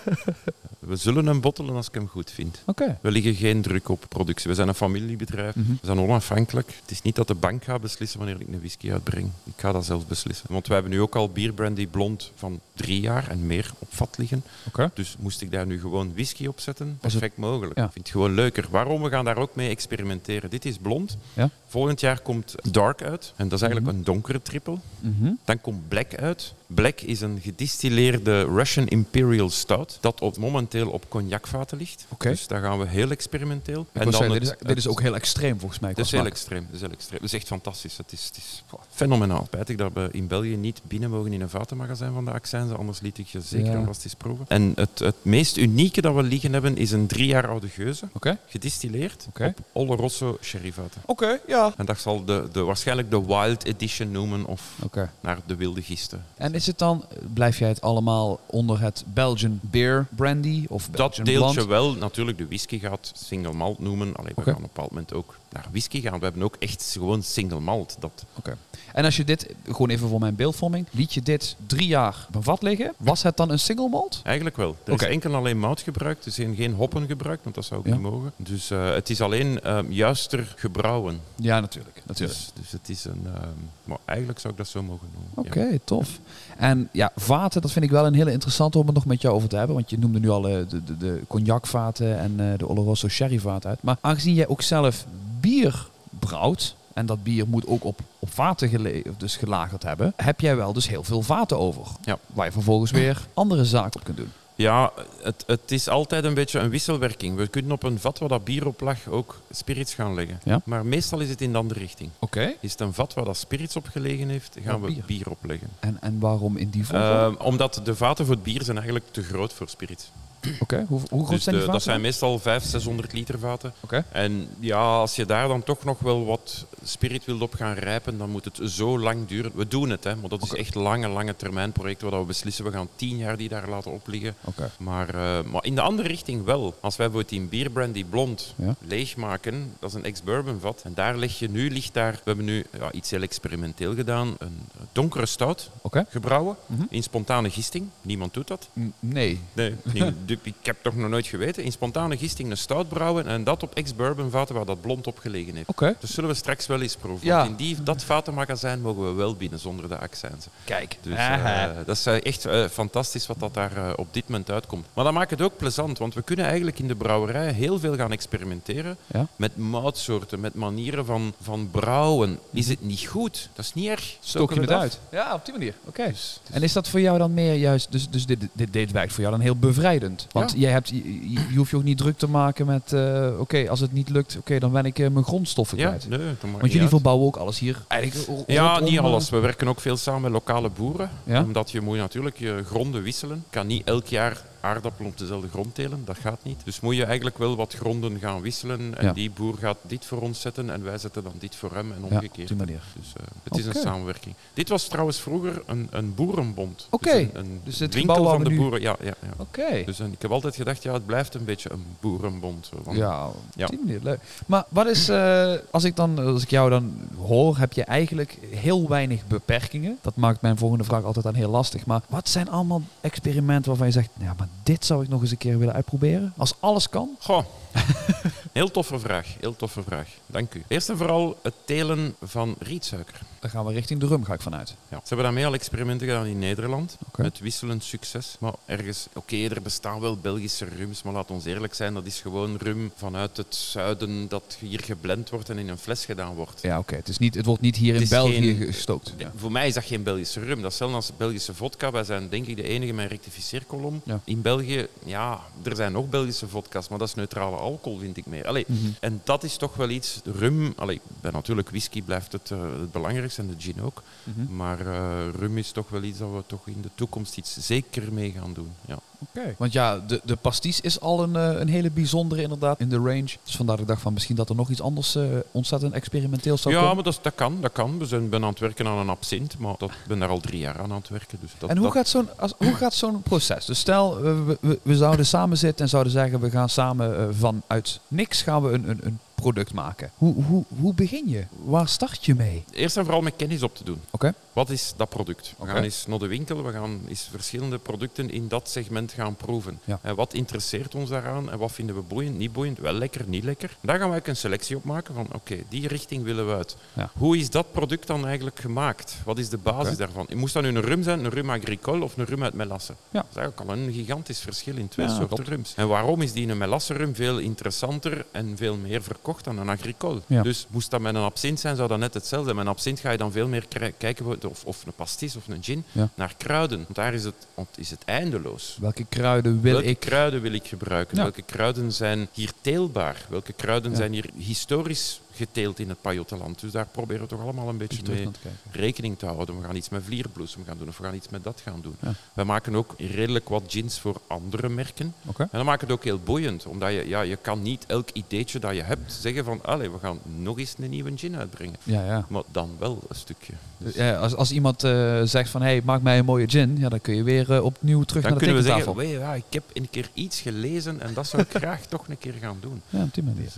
We zullen hem bottelen als ik hem goed vind. Okay. We liggen geen druk op productie. We zijn een familiebedrijf. We zijn onafhankelijk. Het is niet dat de bank gaat beslissen wanneer ik een whisky uitbreng. Ik ga dat zelf beslissen. Want we hebben nu ook al bierbrandy blond van 3 jaar en meer op vat liggen. Okay. Dus moest ik daar nu gewoon whisky op zetten? Perfect mogelijk. Ja. Ik vind het gewoon leuker. Waarom? We gaan daar ook mee experimenteren. Dit is blond. Ja. Volgend jaar komt Dark uit. En dat is eigenlijk een donkere triple. Dan komt Black uit. Black is een gedistilleerde Russian Imperial Stout dat momenteel op cognacvaten ligt. Okay. Dus daar gaan we heel experimenteel. En dan dit is ook heel extreem volgens mij. Dat is heel extreem. Dat is echt fantastisch. Het is fenomenaal. Spijtig dat we in België niet binnen mogen in een vatenmagazijn van de accijnzen, anders liet ik je zeker alvast eens proeven. En het meest unieke dat we liggen hebben is een 3 jaar oude geuze, gedistilleerd op Oloroso sherryvaten. Oké, ja. En dat zal waarschijnlijk de Wild Edition noemen of naar de wilde gisten. En is het dan, blijf jij het allemaal onder het Belgian Beer Brandy of Belgian Dat deeltje Blond? wel. Natuurlijk, de whisky gaat single malt noemen. We gaan op een bepaald moment ook naar whisky gaan. We hebben ook echt gewoon single malt. En als je dit, gewoon even voor mijn beeldvorming, liet je dit 3 jaar op een vat liggen, was het dan een single malt? Eigenlijk wel. Er is enkel alleen mout gebruikt, dus geen hoppen gebruikt, want dat zou ook niet mogen. Dus het is alleen juister gebrouwen. Ja, natuurlijk. Dus het is een... maar eigenlijk zou ik dat zo mogen noemen. Oké, tof. En ja, vaten, dat vind ik wel een hele interessante om het nog met jou over te hebben. Want je noemde nu al de cognacvaten en de Oloroso sherryvaten uit. Maar aangezien jij ook zelf bier brouwt, en dat bier moet ook op vaten gelagerd hebben, heb jij wel dus heel veel vaten over. Ja. Waar je vervolgens weer andere zaken op kunt doen. Ja, het is altijd een beetje een wisselwerking. We kunnen op een vat waar dat bier op lag ook spirits gaan leggen. Ja? Maar meestal is het in de andere richting. Is het een vat waar dat spirits op gelegen heeft, gaan we bier opleggen. En waarom in die volgorde? Omdat de vaten voor het bier zijn eigenlijk te groot voor spirits. Hoe groot zijn die vaten? Dat zijn meestal 500-600 liter vaten. En ja, als je daar dan toch nog wel wat spirit wilt op gaan rijpen, dan moet het zo lang duren. We doen het, maar dat is echt lange termijn projecten waar we beslissen. We gaan 10 jaar die daar laten opliggen. Maar in de andere richting wel. Als wij bijvoorbeeld die bierbrandy blond leegmaken, dat is een ex-bourbon vat. En daar ligt daar, we hebben nu iets heel experimenteel gedaan, een donkere stout gebrouwen in spontane gisting. Niemand doet dat. Nee. ik heb toch nog nooit geweten, in spontane gisting een stout brouwen en dat op ex-bourbon vaten waar dat blond op gelegen heeft. Okay. Dus zullen we straks wel eens proeven. Ja. Want in dat vatenmagazijn mogen we wel binnen zonder de accijnzen. Kijk. Dus dat is echt fantastisch wat dat daar op dit moment uitkomt. Maar dat maakt het ook plezant, want we kunnen eigenlijk in de brouwerij heel veel gaan experimenteren met moutsoorten, met manieren van brouwen. Is het niet goed? Dat is niet erg. Stok je het uit? Ja, op die manier. Oké. Dus. En is dat voor jou dan meer juist, dus dit werkt voor jou dan heel bevrijdend? Want je hoeft je ook niet druk te maken met, als het niet lukt, dan ben ik mijn grondstoffen kwijt. Nee, want jullie verbouwen ook alles hier eigenlijk Ja, niet alles. We werken ook veel samen met lokale boeren. Ja? Omdat je moet natuurlijk je gronden wisselen. Je kan niet elk jaar aardappelen op dezelfde grond telen, dat gaat niet. Dus moet je eigenlijk wel wat gronden gaan wisselen en die boer gaat dit voor ons zetten en wij zetten dan dit voor hem en omgekeerd. Ja, op die manier. Dus het is een samenwerking. Dit was trouwens vroeger een boerenbond. Oké. Dus het winkel van de boeren. Ja. Oké. Dus ik heb altijd gedacht, het blijft een beetje een boerenbond. Op die manier, leuk. Maar wat is, als ik jou dan hoor, heb je eigenlijk heel weinig beperkingen. Dat maakt mijn volgende vraag altijd dan heel lastig. Maar wat zijn allemaal experimenten waarvan je zegt, maar dit zou ik nog eens een keer willen uitproberen? Als alles kan? Goh. Heel toffe vraag. Dank u. Eerst en vooral het telen van rietsuiker. Dan gaan we richting de rum, ga ik vanuit. Ja. Ze hebben daarmee al experimenten gedaan in Nederland. Met wisselend succes. Maar ergens, er bestaan wel Belgische rums, maar laat ons eerlijk zijn, dat is gewoon rum vanuit het zuiden dat hier geblend wordt en in een fles gedaan wordt. Ja, het wordt niet hier in België gestookt. Ja. Voor mij is dat geen Belgische rum. Dat is hetzelfde als Belgische vodka. Wij zijn denk ik de enige met een rectificeerkolom. Ja. In België, er zijn nog Belgische vodka's, maar dat is neutrale alcohol, vind ik meer. En dat is toch wel iets. Rum, bij natuurlijk whisky blijft het belangrijkste en de gin ook. Maar rum is toch wel iets dat we toch in de toekomst iets zeker mee gaan doen. Ja. Okay. Want de pastis is al een hele bijzondere inderdaad in de range. Dus vandaar dat ik dacht van misschien dat er nog iets anders ontzettend experimenteel zou komen. Ja, maar dat kan. We zijn aan het werken aan een absint, maar ik ben daar al 3 jaar aan het werken. Dus en hoe gaat zo'n proces? Dus stel, we zouden samen zitten en zouden zeggen we gaan samen vanuit niks gaan we een product maken. Hoe begin je? Waar start je mee? Eerst en vooral met kennis op te doen. Okay. Wat is dat product? We gaan eens naar de winkel, we gaan eens verschillende producten in dat segment gaan proeven. Ja. En wat interesseert ons daaraan en wat vinden we boeiend, niet boeiend, wel lekker, niet lekker. Daar gaan we een selectie op maken van die richting willen we uit. Ja. Hoe is dat product dan eigenlijk gemaakt? Wat is de basis daarvan? Moest dat nu een rum zijn, een rum agricole of een rum uit melasse? Ja. Dat is eigenlijk al een gigantisch verschil in 2 soorten rums. En waarom is die een melasse rum veel interessanter en veel meer verkocht dan een agricole? Ja. Dus moest dat met een absint zijn, zou dat net hetzelfde zijn. Met een absint ga je dan veel meer kijken, of een pastis of een gin, naar kruiden. Want daar is het eindeloos. Welke kruiden wil ik gebruiken? Ja. Welke kruiden zijn hier teelbaar? Welke kruiden zijn hier historisch geteeld in het Pajottenland. Dus daar proberen we toch allemaal een beetje mee rekening te houden. We gaan iets met vlierbloesem gaan doen of we gaan iets met dat gaan doen. Ja. We maken ook redelijk wat gins voor andere merken. Okay. En dan maken we het ook heel boeiend. Omdat je kan niet elk ideetje dat je hebt zeggen van we gaan nog eens een nieuwe gin uitbrengen. Ja. Maar dan wel een stukje. Dus ja, als iemand zegt van maak mij een mooie gin, dan kun je weer opnieuw terug dan naar de tekentafel. Dan kunnen we zeggen, ik heb een keer iets gelezen en dat zou ik graag toch een keer gaan doen. Ja, op die manier. Dus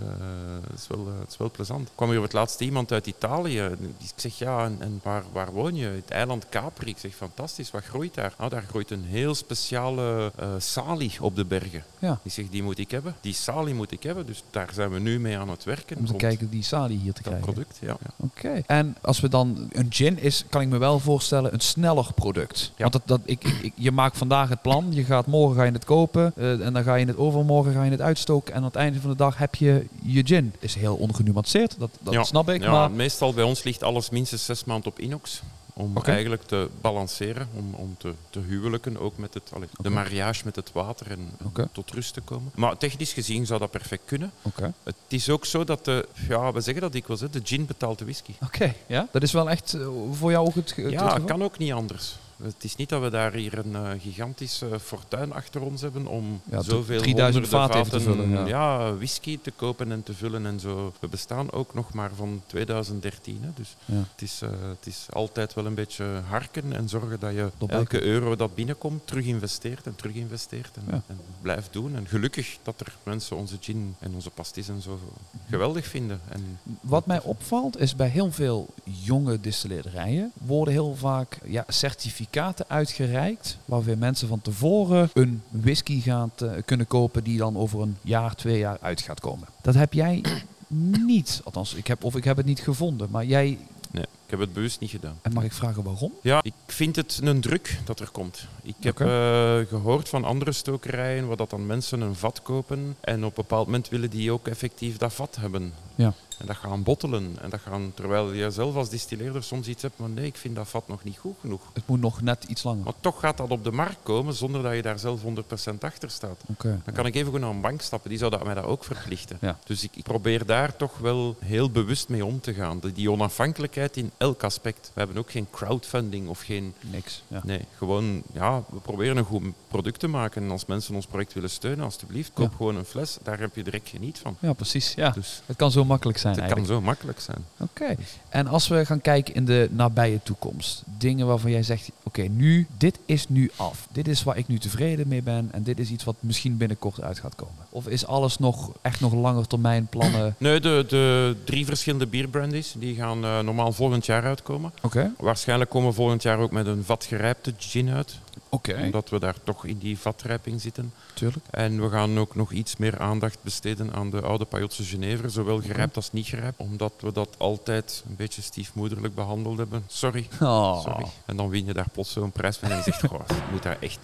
het is wel plezant. Er kwam hier op het laatste iemand uit Italië. Ik zeg, en waar woon je? Het eiland Capri. Ik zeg, fantastisch, wat groeit daar? Nou, daar groeit een heel speciale salie op de bergen. Ja. Ik zeg, die moet ik hebben. Die salie moet ik hebben. Dus daar zijn we nu mee aan het werken. Om te kijken die salie hier te krijgen. Dat product, ja. Oké. En als we dan... Een gin is, kan ik me wel voorstellen, een sneller product. Ja. Want je maakt vandaag het plan. Morgen ga je het kopen. En dan ga je het overmorgen ga je het uitstoken. En aan het einde van de dag heb je gin. Het is heel ongenuanceerd. Dat snap ik. Ja, maar meestal bij ons ligt alles minstens 6 maanden op inox. Om eigenlijk te balanceren, om te huwelijken, ook met de mariage met het water en tot rust te komen. Maar technisch gezien zou dat perfect kunnen. Het is ook zo dat we zeggen dat dikwijls, de gin betaalt de whisky. Ja? Dat is wel echt voor jou ook het geval? Het kan ook niet anders. Het is niet dat we daar hier een gigantisch fortuin achter ons hebben om zoveel 3000 vaten te vullen. Whisky te kopen en te vullen en zo. We bestaan ook nog maar van 2013. Hè, dus het is altijd wel een beetje harken en zorgen dat je elke euro dat binnenkomt terug investeert en blijft doen. En gelukkig dat er mensen onze gin en onze pastis en zo geweldig vinden. En wat mij opvalt is bij heel veel jonge distilleerderijen worden heel vaak certificaten certificaten uitgereikt, waarbij mensen van tevoren een whisky gaan kunnen kopen die dan over een jaar, 2 jaar uit gaat komen. Dat heb jij niet. Althans, ik heb het niet gevonden, maar jij... Nee, ik heb het bewust niet gedaan. En mag ik vragen waarom? Ja, ik vind het een druk dat er komt. Ik heb gehoord van andere stokerijen waar dat dan mensen een vat kopen en op een bepaald moment willen die ook effectief dat vat hebben. Ja. En dat gaan bottelen. En dat gaan, terwijl je zelf als distilleerder soms iets hebt van nee, ik vind dat vat nog niet goed genoeg. Het moet nog net iets langer. Maar toch gaat dat op de markt komen zonder dat je daar zelf 100% achter staat. Dan kan ik even goed naar een bank stappen, die zou mij dat ook verplichten. Ja. Dus ik probeer daar toch wel heel bewust mee om te gaan. Die onafhankelijkheid in elk aspect. We hebben ook geen crowdfunding of geen... Niks. Ja. Nee, gewoon, ja, we proberen een goed product te maken. En als mensen ons project willen steunen, alstublieft, koop gewoon een fles. Daar heb je direct geniet van. Ja, precies. Ja. Dus het kan zo makkelijk zijn. Het kan zo makkelijk zijn. Oké. En als we gaan kijken in de nabije toekomst. Dingen waarvan jij zegt, oké, dit is nu af. Dit is waar ik nu tevreden mee ben. En dit is iets wat misschien binnenkort uit gaat komen. Of is alles nog langer termijn plannen? Nee, de 3 verschillende bierbrandies, die gaan normaal volgend jaar uitkomen. Oké. Waarschijnlijk komen we volgend jaar ook met een vatgerijpte gin uit. Oké. Omdat we daar toch in die vatrijping zitten. Tuurlijk. En we gaan ook nog iets meer aandacht besteden aan de oude Pajotse Genever, zowel gerijpt als niet gerijpt. Omdat we dat altijd een beetje stiefmoederlijk behandeld hebben. Sorry. En dan win je daar plots zo'n prijs van en je zegt, je moet daar echt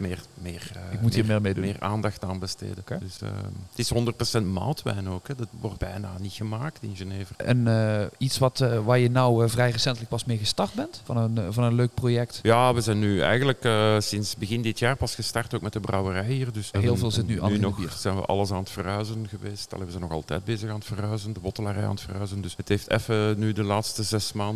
meer aandacht aan besteden. Okay. Dus, het is 100% moutwijn ook. Hè. Dat wordt bijna niet gemaakt in Genever. En iets waar je nou vrij recentelijk pas mee gestart bent? Van een leuk project? Ja, we zijn nu eigenlijk sinds begin dit jaar pas gestart ook met de brouwerij hier. Dus heel veel zit nu aan nog bier. Zijn we alles aan het verhuizen geweest. We zijn nog altijd bezig aan het verhuizen. De bottelarij aan het verhuizen. Dus het heeft even nu de laatste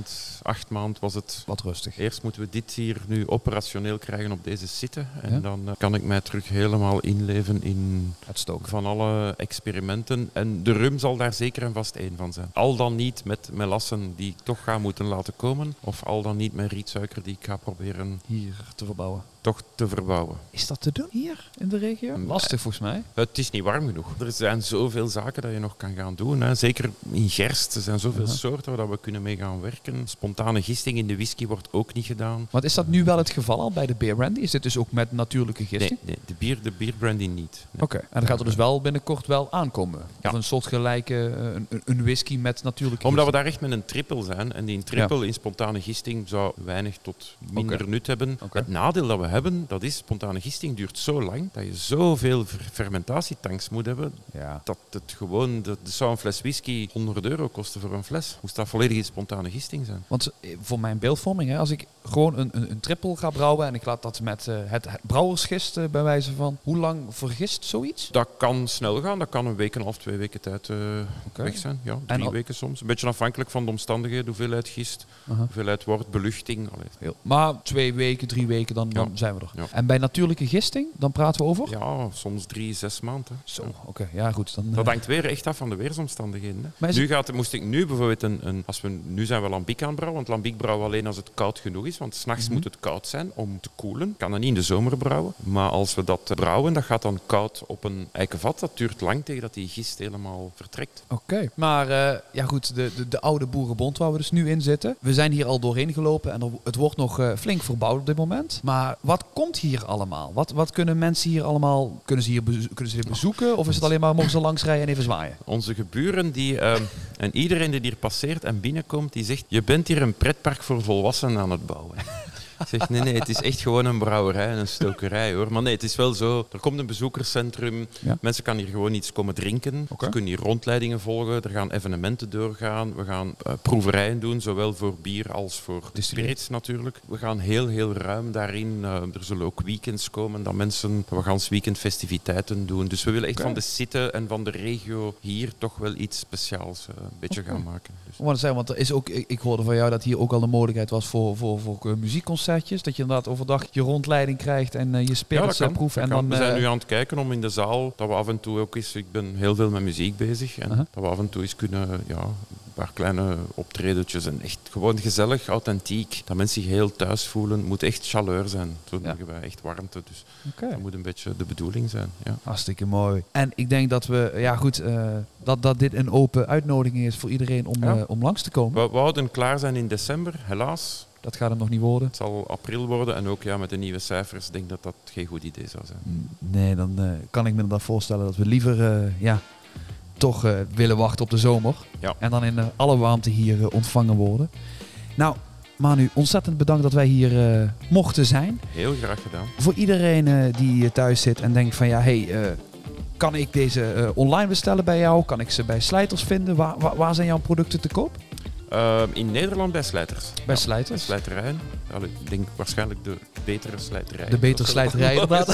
8 maanden was het wat rustig. Eerst moeten we dit hier nu operationeel krijgen op deze site. En dan kan ik mij terug helemaal inleven in het stoken van alle experimenten. En de rum zal daar zeker en vast één van zijn. Al dan niet met melassen die ik toch ga moeten laten komen. Of al dan niet met rietsuiker die ik ga proberen hier te verbouwen. Toch te verbouwen. Is dat te doen hier in de regio? Lastig volgens mij. Het is niet warm genoeg. Er zijn zoveel zaken dat je nog kan gaan doen. Hè. Zeker in gerst. Er zijn zoveel soorten waar we kunnen mee gaan werken. Spontane gisting in de whisky wordt ook niet gedaan. Want is dat nu wel het geval al bij de beer brandy? Is dit dus ook met natuurlijke gisting? Nee, de beer brandy niet. Nee. Oké. En dan gaat er dus wel binnenkort wel aankomen? Ja. Of een soortgelijke een whisky met natuurlijke gisting? Omdat we daar echt met een triple zijn. En die triple in spontane gisting zou weinig tot minder nut hebben. Het nadeel dat we hebben, dat is spontane gisting duurt zo lang dat je zoveel fermentatietanks moet hebben dat het gewoon, dat zou een fles whisky €100 kosten voor een fles. Moest dat volledig in spontane gisting zijn. Want voor mijn beeldvorming, als ik gewoon een triple ga brouwen en ik laat dat met het brouwersgist bij wijze van, hoe lang vergist zoiets? Dat kan snel gaan, dat kan een week en een half, 2 weken tijd weg zijn. Ja, 3 weken soms. Een beetje afhankelijk van de omstandigheden, hoeveelheid gist, hoeveelheid wordt, beluchting. Maar 2 weken, 3 weken, dan zijn we er. Ja. En bij natuurlijke gisting, dan praten we over? Ja, soms 3-6 maanden. Zo, oké. Ja, goed. Dan, dat hangt weer echt af van de weersomstandigheden. Hè. Moest ik nu bijvoorbeeld nu zijn we lambiek aan het brouwen, want lambiek brouwen alleen als het koud genoeg is, want 's nachts moet het koud zijn om te koelen. Ik kan dat niet in de zomer brouwen, maar als we dat brouwen, dat gaat dan koud op een eikenvat. Dat duurt lang tegen dat die gist helemaal vertrekt. Oké. Maar goed, de oude boerenbond waar we dus nu in zitten, we zijn hier al doorheen gelopen en het wordt nog flink verbouwd op dit moment. Maar wat komt hier allemaal? Wat kunnen mensen hier allemaal... Kunnen ze hier bezoeken? Of is het alleen maar mogen ze langs rijden en even zwaaien? Onze geburen en iedereen die hier passeert en binnenkomt, die zegt, je bent hier een pretpark voor volwassenen aan het bouwen. Ik zeg, nee, het is echt gewoon een brouwerij en een stokerij, hoor. Maar nee, het is wel zo. Er komt een bezoekerscentrum. Ja. Mensen kan hier gewoon iets komen drinken. Ze kunnen hier rondleidingen volgen. Er gaan evenementen doorgaan. We gaan proeverijen doen, zowel voor bier als voor spirits natuurlijk. We gaan heel, heel ruim daarin. Er zullen ook weekends komen dat we gaan weekend festiviteiten doen. Dus we willen echt van de site en van de regio hier toch wel iets speciaals een beetje gaan maken. Dus. Want er is ook, ik hoorde van jou dat hier ook al de mogelijkheid was voor muziekconcerten. Dat je inderdaad overdag je rondleiding krijgt en je spirits proeft. We zijn nu aan het kijken om in de zaal, dat we af en toe ook eens, ik ben heel veel met muziek bezig, en dat we af en toe eens kunnen, een paar kleine optredetjes en echt gewoon gezellig, authentiek. Dat mensen zich heel thuis voelen. Het moet echt chaleur zijn. Zo hebben wij echt warmte. Dus dat moet een beetje de bedoeling zijn. Ja. Hartstikke mooi. En ik denk dat we, dat dit een open uitnodiging is voor iedereen om langs te komen. We wouden klaar zijn in december, helaas. dat gaat hem nog niet worden. Het zal april worden en ook met de nieuwe cijfers denk dat dat geen goed idee zou zijn. Nee, dan kan ik me inderdaad voorstellen dat we liever toch willen wachten op de zomer. Ja. En dan in alle warmte hier ontvangen worden. Nou, Manu, ontzettend bedankt dat wij hier mochten zijn. Heel graag gedaan. Voor iedereen die thuis zit en denkt van kan ik deze online bestellen bij jou? Kan ik ze bij Slijters vinden? Waar zijn jouw producten te koop? In Nederland bij Slijters. Bij Slijters? Bij slijterijen. Ik denk waarschijnlijk de betere slijterij. De betere slijterij, inderdaad.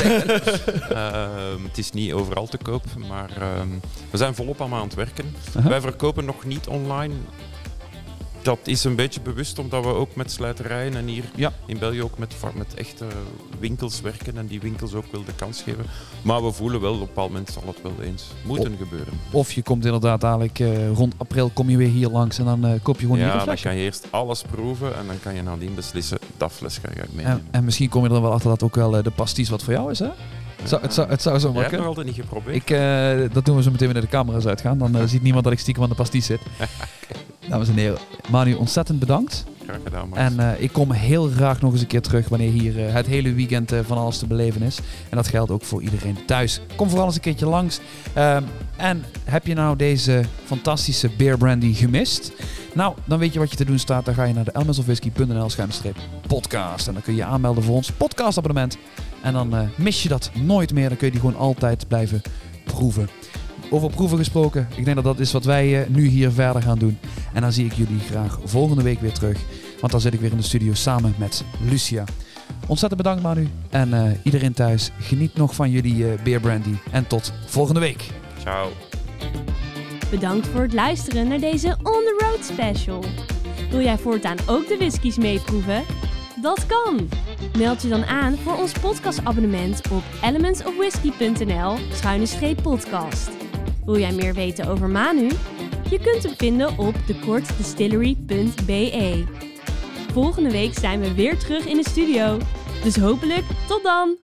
Het is niet overal te koop, maar we zijn volop allemaal aan het werken. Wij verkopen nog niet online. Dat is een beetje bewust omdat we ook met slijterijen en hier in België ook met echte winkels werken en die winkels ook wel de kans geven. Maar we voelen wel, op een bepaald moment zal het wel eens moeten gebeuren. Of je komt inderdaad dadelijk rond april kom je weer hier langs en dan koop je gewoon een flesje. Ja, dan kan je eerst alles proeven en dan kan je nadien beslissen, dat flesje ga ik meenemen. En misschien kom je er dan wel achter dat ook wel de pasties wat voor jou is, hè? Het zou zo maar kunnen. Jij hebt nog altijd niet geprobeerd. Dat doen we zo meteen wanneer de camera's uitgaan. Dan ziet niemand dat ik stiekem aan de pasties zit. Dames en heren, Manu, ontzettend bedankt. Graag gedaan, Max. En ik kom heel graag nog eens een keer terug wanneer hier het hele weekend van alles te beleven is. En dat geldt ook voor iedereen thuis. Kom vooral eens een keertje langs. En heb je nou deze fantastische beer brandy gemist? Nou, dan weet je wat je te doen staat. Dan ga je naar de lmsofwhisky.nl/podcast. En dan kun je je aanmelden voor ons podcastabonnement. En dan mis je dat nooit meer. Dan kun je die gewoon altijd blijven proeven. Over proeven gesproken, ik denk dat dat is wat wij nu hier verder gaan doen. En dan zie ik jullie graag volgende week weer terug. Want dan zit ik weer in de studio samen met Lucia. Ontzettend bedankt, Manu. En iedereen thuis, geniet nog van jullie beer brandy. En tot volgende week. Ciao. Bedankt voor het luisteren naar deze On The Road special. Wil jij voortaan ook de whiskies meeproeven? Dat kan! Meld je dan aan voor ons podcastabonnement op elementsofwhisky.nl/podcast. Wil jij meer weten over Manu? Je kunt hem vinden op dekortdistillery.be. Volgende week zijn we weer terug in de studio. Dus hopelijk tot dan!